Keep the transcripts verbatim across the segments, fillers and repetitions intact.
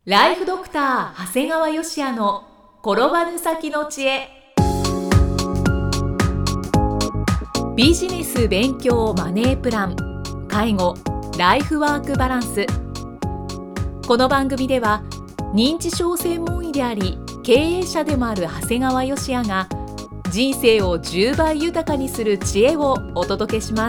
ライフドクター長谷川芳也の転ばぬ先の知恵。ビジネス勉強マネープラン、介護、ライフワークバランス。この番組では認知症専門医であり経営者でもある長谷川芳也が人生をじゅうばい豊かにする知恵をお届けします。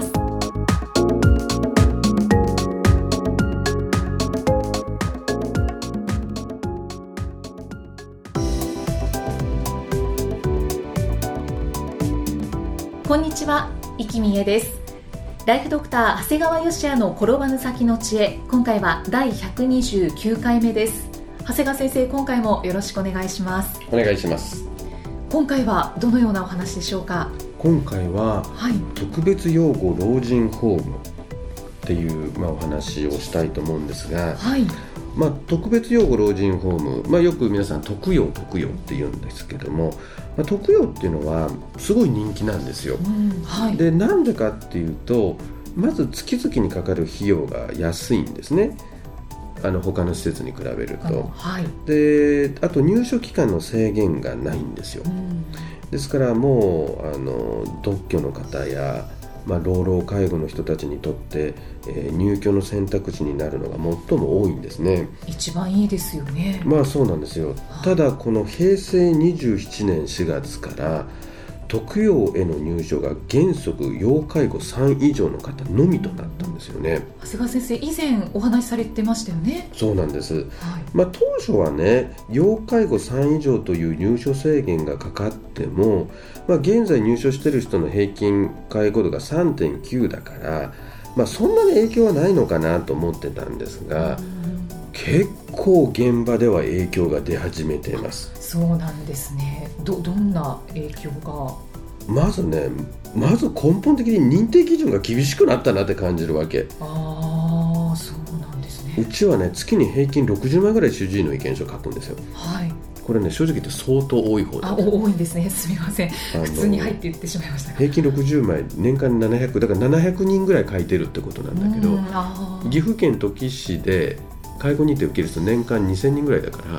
こんにちは、生きみえです。ライフドクター長谷川芳也の転ばぬ先の知恵、今回はだいひゃくにじゅうきゅうかいめです。長谷川先生、今回もよろしくお願いします。 お願いします。 今回はどのようなお話でしょうか？ 今回は、はい、特別養護老人ホームっていう、まあ、お話をしたいと思うんですが、はい、まあ、特別養護老人ホーム、まあ、よく皆さん特養特養って言うんですけども、まあ、特養っていうのはすごい人気なんですよ、うんはい、でなんでかっていうと、まず月々にかかる費用が安いんですね。あの他の施設に比べると、はい、であと入所期間の制限がないんですよ、うん、ですからもうあの独居の方や、まあ、老老介護の人たちにとって、えー、入居の選択肢になるのが最も多いんですね。 一番いいですよね。 まあそうなんですよ、はい、ただこのへいせいにじゅうななねんしがつから特養への入所が原則要介護さん以上の方のみとなったんですよね。 長谷川先生、以前お話しされてましたよね。 そうなんです、はい、まあ、当初はね、要介護さん以上という入所制限がかかっても、まあ、現在入所している人の平均介護度が さんてんきゅう だから、まあ、そんなに影響はないのかなと思ってたんですが、結構現場では影響が出始めています。 そうなんですね。 ど, どんな影響が？ まずね、まず根本的に認定基準が厳しくなったなって感じるわけ。 ああ、そうなんですね。 うちはね、月に平均ろくじゅうまいぐらい主治医の意見書を書くんですよ。はい。これね、正直言って相当多い方だ、ね、 あ、多いんですね。すみません、普通に入って言ってしまいましたが、 平均ろくじゅうまい、年間ななひゃく、だからななひゃくにんぐらい書いてるってことなんだけど、岐阜県土岐市で介護認定受ける人年間にせんにんぐらいだから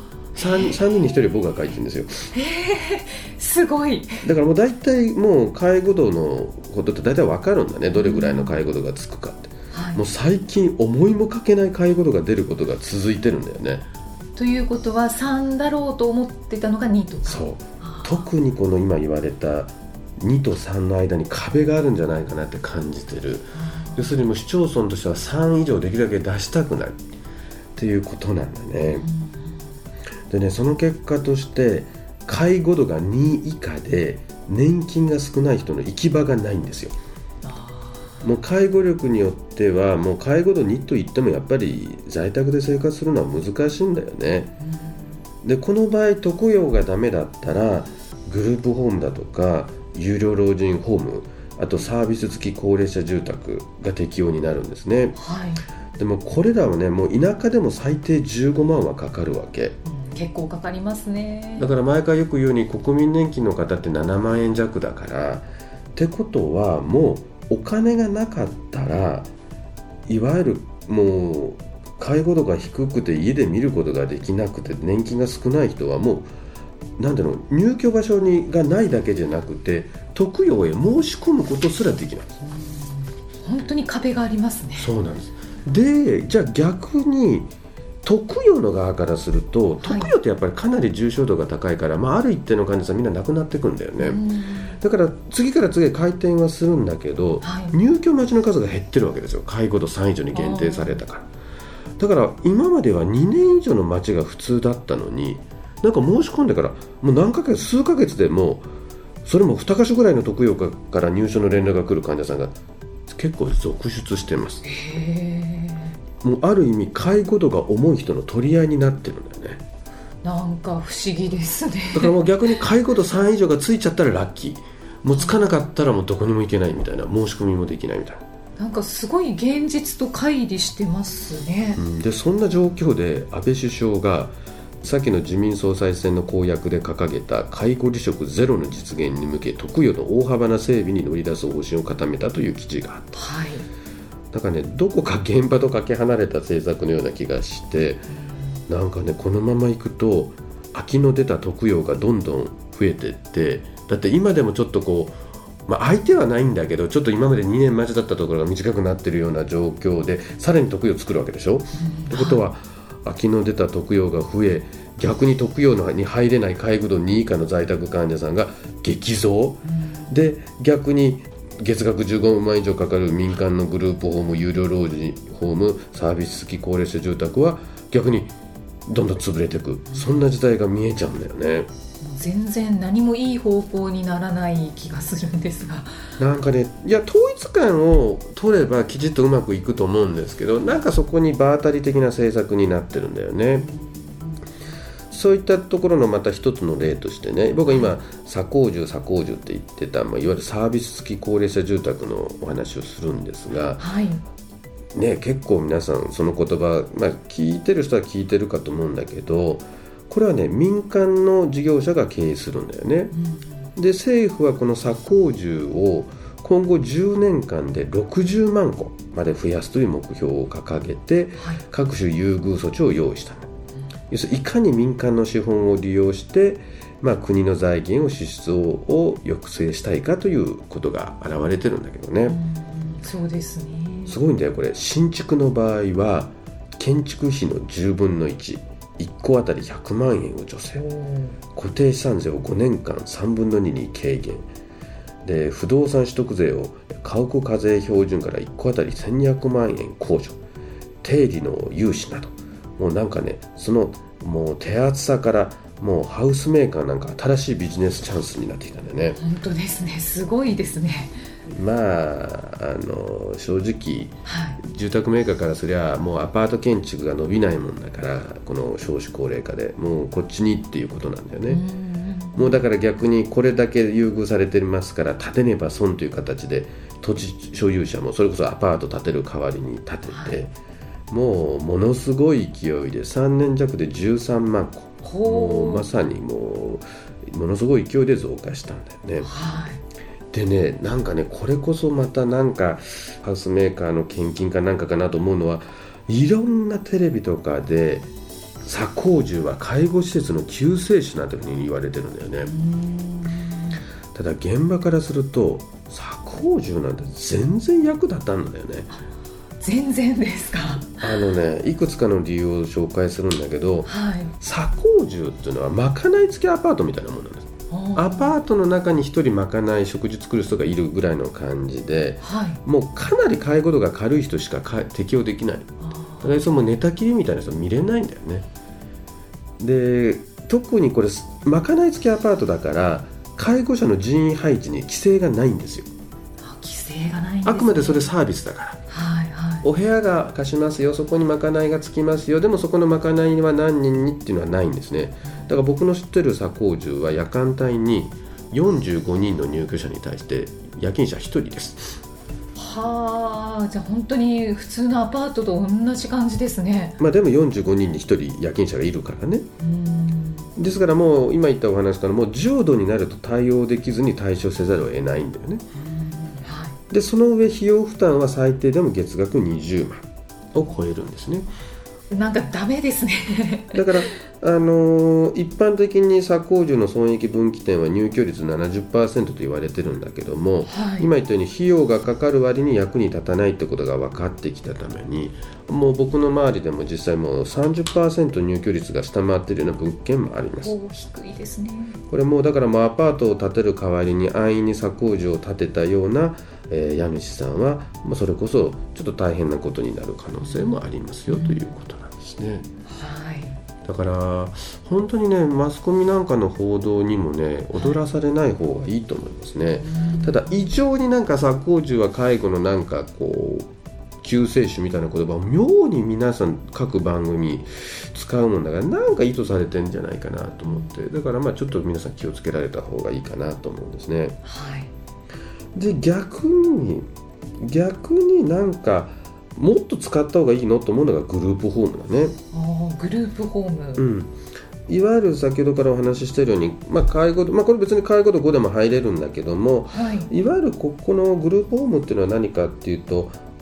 、3, さんにんにひとり僕が書いてるんですよ。 へー、すごい。 だからもう大体もう介護度のことって大体分かるんだね。どれぐらいの介護度がつくかって、はい、もう最近思いもかけない介護度が出ることが続いてるんだよね。 ということはさんだろうと思ってたのがにとか。そう、 特にこの今言われたにとさんの間に壁があるんじゃないかなって感じてる。要するにもう市町村としてはさん以上できるだけ出したくないっていうことなんだね。でね、その結果として介護度がに以下で年金が少ない人の行き場がないんですよ。もう介護力によってはもう介護度にと言ってもやっぱり在宅で生活するのは難しいんだよね、うん、でこの場合特養がダメだったらグループホームだとか有料老人ホーム、あとサービス付き高齢者住宅が適用になるんですね、はい、でもこれらはね、もう田舎でも最低じゅうごまんはかかるわけ、 うん、結構かかりますね。 だから毎回よく言うように国民年金の方ってななまんえん弱だから、ってことはもうお金がなかったら、いわゆるもう介護度が低くて家で見ることができなくて年金が少ない人はもうなんだろう、入居場所にがないだけじゃなくて特養へ申し込むことすらできないんです。 本当に壁がありますね。 そうなんです。で、じゃあ逆に特養の側からすると、はい、特養ってやっぱりかなり重症度が高いから、まあ、ある一定の患者さんみんな亡くなっていくんだよね。だから次から次へ回転はするんだけど、はい、入居待ちの数が減ってるわけですよ。介護度さん以上に限定されたから。だから今まではにねん以上の待ちが普通だったのに、なんか申し込んでからもう何ヶ月数ヶ月でもうそれもにかしょぐらいの特養から入所の連絡が来る患者さんが結構続出してます。へー、もうある意味介護度が重い人の取り合いになってるんだよね。 なんか不思議ですね。 だからもう逆に介護度さん以上がついちゃったらラッキー、もうつかなかったらもうどこにも行けないみたいな、申し込みもできないみたいな、 なんかすごい現実と乖離してますね、 うん、でそんな状況で安倍首相がさっきの自民総裁選の公約で掲げた介護離職ゼロの実現に向け特養の大幅な整備に乗り出す方針を固めたという記事があった、はい、だからね、どこか現場とかけ離れた政策のような気がして、 なんかねこのままいくと空きの出た特養がどんどん増えてって、だって今でもちょっとこう、まあ、相手はないんだけどちょっと今までにねん待ちだったところが短くなってるような状況でさらに特養を作るわけでしょ、うん、ってことは空きの出た特養が増え、逆に特養に入れない介護度に以下の在宅患者さんが激増、うん、で逆に月額じゅうごまん以上かかる民間のグループホーム、有料老人ホーム、サービス付き高齢者住宅は逆にどんどん潰れていく、そんな時代が見えちゃうんだよね。 全然何もいい方向にならない気がするんですが、 なんかね、いや統一感を取ればきちっとうまくいくと思うんですけど、なんかそこに場当たり的な政策になってるんだよね。そういったところのまた一つの例としてね、僕は今左高住左高住って言ってた、まあ、いわゆるサービス付き高齢者住宅のお話をするんですが、 はいね、結構皆さんその言葉、まあ、聞いてる人は聞いてるかと思うんだけど、これはね民間の事業者が経営するんだよね、うん、で政府はこの左高住を今後じゅうねんかんでろくじゅうまんこまで増やすという目標を掲げて、はい、各種優遇措置を用意したの。要するにいかに民間の資本を利用して、まあ、国の財源を支出を抑制したいかということが現れてるんだけどね、うん、 そうですね。 すごいんだよこれ。新築の場合は建築費のじゅうぶんのいち、いっこあたりひゃくまんえんを助成、固定資産税をごねんかんさんぶんのにに軽減で、不動産取得税を家屋課税標準からいっこあたりせんにひゃくまんえん控除、定理の融資など、もうなんかね、そのもう手厚さからもうハウスメーカーなんか新しいビジネスチャンスになってきたんだよね。 本当ですね、すごいですね。 まあ、あの正直、はい、住宅メーカーからすりゃもうアパート建築が伸びないもんだから、この少子高齢化でもうこっちにっていうことなんだよね。もうだから逆にこれだけ優遇されてますから、建てねば損という形で土地所有者もそれこそアパート建てる代わりに建てて、はい、もうものすごい勢いでさんねんじゃくでじゅうさんまんこ、もうまさにもうものすごい勢いで増加したんだよね、はい。でね、なんかね、これこそまたなんかハウスメーカーの献金かなんかかなと思うのは、いろんなテレビとかで左高住は介護施設の救世主なんていうふうに言われてるんだよね。ただ現場からすると左高住なんて全然役立たんのだよね。 全然ですか。 あのね、いくつかの理由を紹介するんだけど、はい、左高住っていうのはまかない付きアパートみたいなものなんです。アパートの中に一人まかない食事作る人がいるぐらいの感じで、はい、もうかなり介護度が軽い人しか適用できない。だからその寝たきりみたいな人見れないんだよね。で、特にこれまかない付きアパートだから介護者の人員配置に規制がないんですよ。 あ、規制がないんですね。 あくまでそれサービスだから、はいはい、お部屋が貸しますよ、そこにまかないがつきますよ、でもそこのまかないは何人にっていうのはないんですね。だから僕の知ってる左高住は夜間帯によんじゅうごにんの入居者に対して夜勤者ひとりです。 はあ、じゃあ本当に普通のアパートと同じ感じですね。 まあ、でもよんじゅうごにんにひとり夜勤者がいるからね。うん、ですからもう今言ったお話からもう重度になると対応できずに対処せざるを得ないんだよね。うん、はい、でその上費用負担は最低でも月額にじゅうまんを超えるんですね。 なんかダメですね。 だから、あのー、一般的に左高住の損益分岐点は入居率 ななじゅっパーセント と言われてるんだけども、はい、今言ったように費用がかかる割に役に立たないってことが分かってきたために、もう僕の周りでも実際もう さんじゅっパーセント 入居率が下回っているような物件もあります。 お、低いですね。 これもうだからもうアパートを建てる代わりに安易に左高住を建てたような、えー、家主さんは、まあ、それこそちょっと大変なことになる可能性もありますよ、うん、ということなんですね。 はい、 だから本当にね、マスコミなんかの報道にもね踊らされない方がいいと思いますね。はい、ただ異常になんか左高住は介護のなんかこう救世主みたいな言葉を妙に皆さん各番組使うもんだから、なんか意図されてんじゃないかなと思って、だからまあちょっと皆さん気をつけられた方がいいかなと思うんですね。 はい、で逆に逆になんかもっと使った方がいいのと思うのがグループホームだね。 あ、グループホーム、 うん、いわゆる先ほどからお話ししているように、まあ介護度まあ、これ別に介護度ごでも入れるんだけども、はい、いわゆるここのグループホームっていうのは何かっていうと、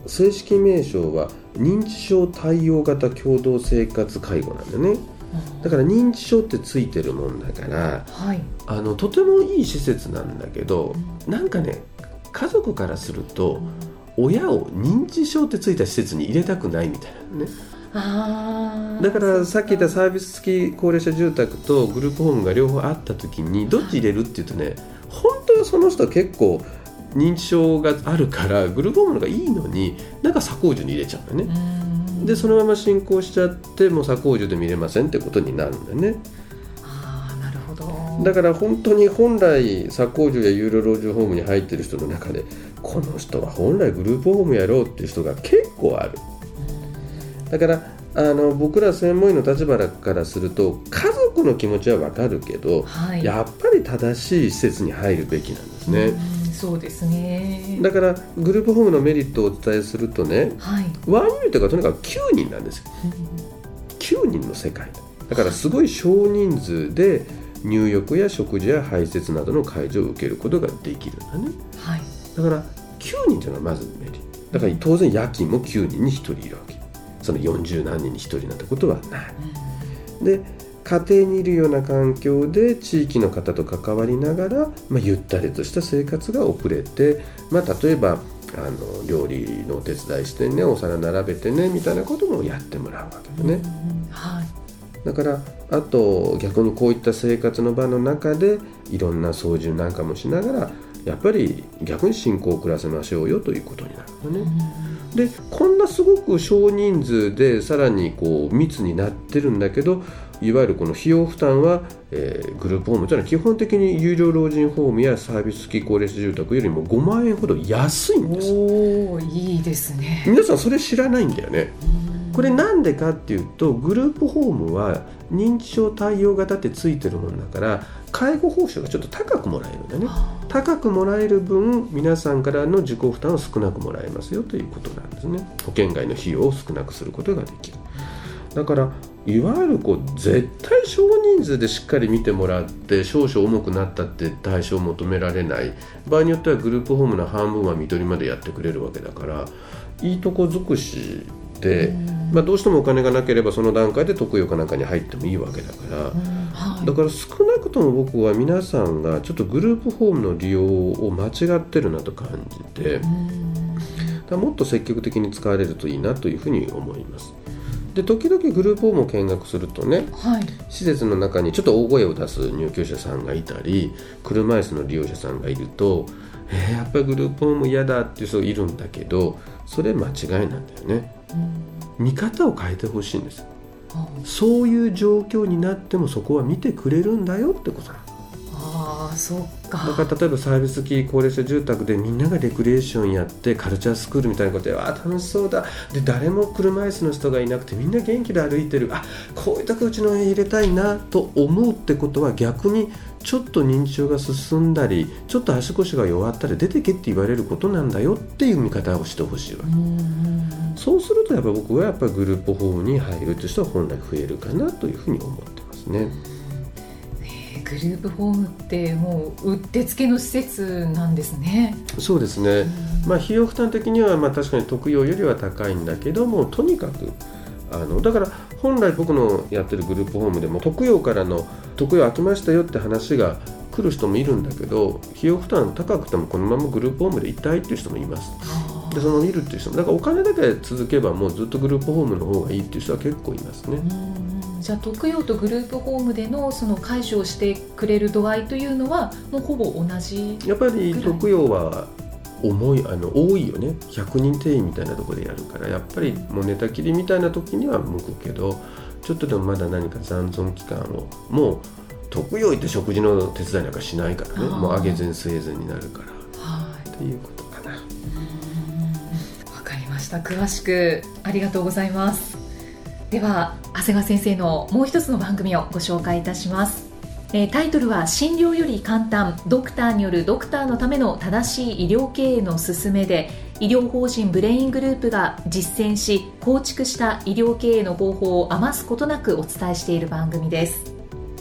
正式名称は認知症対応型共同生活介護なんだよね。だから認知症ってついてるもんだから、はい、あのとてもいい施設なんだけど、うん、なんかね家族からすると、うん、親を認知症ってついた施設に入れたくないみたいなね。あだからさっき言ったサービス付き高齢者住宅とグループホームが両方あった時にどっち入れるっていうとね、本当はその人は結構認知症があるからグループホームの方がいいのに、なんか左高樹に入れちゃうんだよね。でそのまま進行しちゃってもう左高樹で見れませんってことになるんだよね。 あーなるほど。だから本当に本来左高樹や有料老人ホームに入っている人の中でこの人は本来グループホームやろうっていう人が結構ある。だからあの僕ら専門医の立場からすると家族の気持ちは分かるけど、はい、やっぱり正しい施設に入るべきなんですね。 うんそうですね。 だからグループホームのメリットをお伝えするとね、はい、ワンユニットがとにかくきゅうにんなんですよ、うん、きゅうにんの世界だからすごい少人数で入浴や食事や排泄などの介助を受けることができるんだね、はい、だからきゅうにんというのはまずメリットだから当然夜勤もきゅうにんにひとりいるわけ。そのよんじゅうなんにんにひとりなんてことはない、うん、で家庭にいるような環境で地域の方と関わりながら、まあ、ゆったりとした生活が送れて、まあ、例えばあの料理のお手伝いしてねお皿並べてねみたいなこともやってもらうわけだね、うんはい、だからあと逆にこういった生活の場の中でいろんな操縦なんかもしながらやっぱり逆に進行を遅らせましょうよということになるのね、うん、でこんなすごく少人数でさらにこう密になってるんだけどいわゆるこの費用負担は、えー、グループホームというのは基本的に有料老人ホームやサービス付き高齢者住宅よりもごまんえんほど安いんです。 おーいいですね。 皆さんそれ知らないんだよね。これなんでかっていうとグループホームは認知症対応型ってついてるもんだから介護報酬がちょっと高くもらえるんだね。高くもらえる分皆さんからの自己負担を少なくもらえますよということなんですね。保険外の費用を少なくすることができる。だからいわゆるこう絶対少人数でしっかり見てもらって少々重くなったって対処を求められない場合によってはグループホームの半分は看取りまでやってくれるわけだからいいとこ尽くしで、まあ、どうしてもお金がなければその段階で特養かなんかに入ってもいいわけだから、はい、だから少なくとも僕は皆さんがちょっとグループホームの利用を間違ってるなと感じてだからもっと積極的に使われるといいなというふうに思います。で時々グループホームを見学するとね、はい、施設の中にちょっと大声を出す入居者さんがいたり車椅子の利用者さんがいると、えー、やっぱりグループホーム嫌だっていう人いるんだけどそれ間違いなんだよね、うん、見方を変えてほしいんです、うん、そういう状況になってもそこは見てくれるんだよってことなの。 ああそっか。 だから例えばサービス付き高齢者住宅でみんながレクリエーションやってカルチャースクールみたいなことでわあ楽しそうだで誰も車椅子の人がいなくてみんな元気で歩いてるあこういうとこうちの家入れたいなと思うってことは逆にちょっと認知症が進んだりちょっと足腰が弱ったり出てけって言われることなんだよっていう見方をしてほしいわけ。うんそうするとやっぱ僕はやっぱグループホームに入るという人は本来増えるかなというふうに思ってますね。 グループホームってもううってつけの施設なんですね。 そうですね、まあ、費用負担的にはまあ確かに特養よりは高いんだけどもとにかくあのだから本来僕のやってるグループホームでも特養からの特養空きましたよって話が来る人もいるんだけど費用負担高くてもこのままグループホームでいたいっていう人もいます。でその見るっていう人もだからお金だけ続けばもうずっとグループホームの方がいいっていう人は結構いますね。 うんじゃあ特養とグループホームでのその介助をしてくれる度合いというのはもうほぼ同じ。 やっぱり特養は重いあの多いよね。ひゃくにん定員みたいなところでやるからやっぱりもう寝たきりみたいな時には向くけどちょっとでもまだ何か残存期間をもう特養行って食事の手伝いなんかしないからねもう上げ膳据え膳になるからはいっていうことかな。わかりました詳しくありがとうございます。では長谷川先生のもう一つの番組をご紹介いたします、えー、タイトルは診療より簡単ドクターによるドクターのための正しい医療経営の勧めで医療法人ブレイングループが実践し構築した医療経営の方法を余すことなくお伝えしている番組です。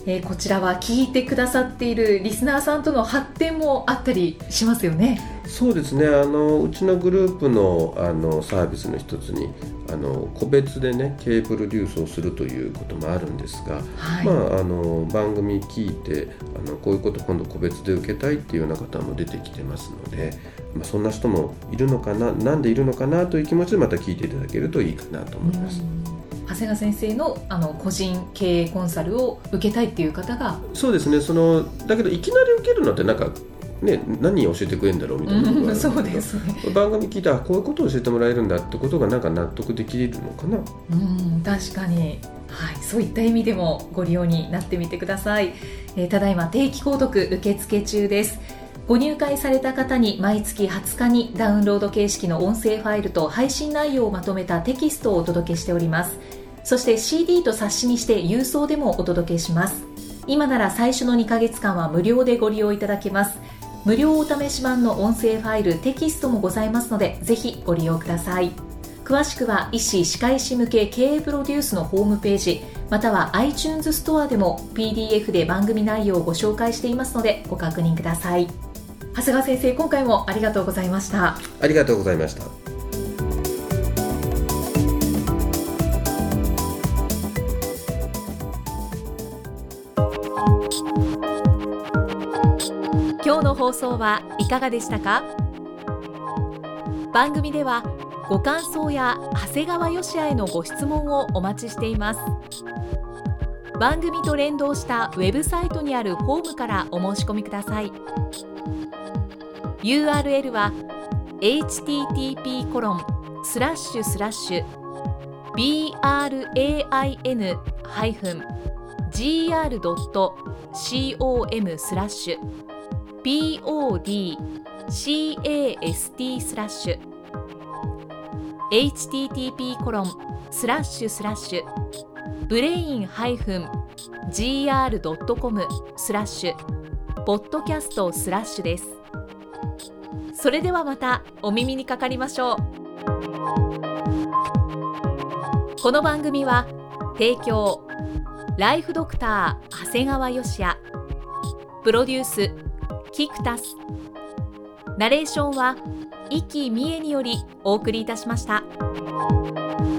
えー、こちらは聞いてくださっているリスナーさんとの発展もあったりしますよね。 そうですね、あのうちのグループ の, あのサービスの一つにあの個別でね経営プロデュースをするということもあるんですが、はい、まあ、あの番組聞いてあのこういうこと今度個別で受けたいっていうような方も出てきてますので、まあ、そんな人もいるのかな、なんでいるのかなという気持ちでまた聞いていただけるといいかなと思います。 長谷川先生 の, あの個人経営コンサルを受けたいっていう方が。 そうですね、そのだけどいきなり受けるのってなんかね、何を教えてくれるんだろうみたいなことがあるんですけど、 そうですね、 番組聞いたらこういうことを教えてもらえるんだってことがなんか納得できるのかな。 うん、確かに、はい、そういった意味でもご利用になってみてください。えー、ただいま定期購読受付中です。ご入会された方に毎月はつかにダウンロード形式の音声ファイルと配信内容をまとめたテキストをお届けしております。そして シーディー と冊子にして郵送でもお届けします。今なら最初のにかげつかんは無料でご利用いただけます。無料お試し版の音声ファイル、テキストもございますので、ぜひご利用ください。詳しくは医師・歯科医師向け経営プロデュースのホームページ、または iTunes ストアでも ピーディーエフ で番組内容をご紹介していますのでご確認ください。長谷川先生、今回もありがとうございました。 ありがとうございました。 今日の放送はいかがでしたか？番組ではご感想や長谷川よしあへのご質問をお待ちしています。番組と連動したウェブサイトにあるフォームからお申し込みください。ユーアールエル は エイチティーティーピーコロンスラッシュスラッシュビーアールエーアイエヌハイフンジーアールドットコム スラッシュ ピーオーディーシーエーエスティー スラッシュ エイチティーティーピーコロンスラッシュスラッシュブレインハイフンジーアールドットコム スラッシュポッドキャストスラッシュです。それではまたお耳にかかりましょう。この番組は提供ライフドクター長谷川よしあ、プロデュースキクタス、ナレーションは生きみえによりお送りいたしました。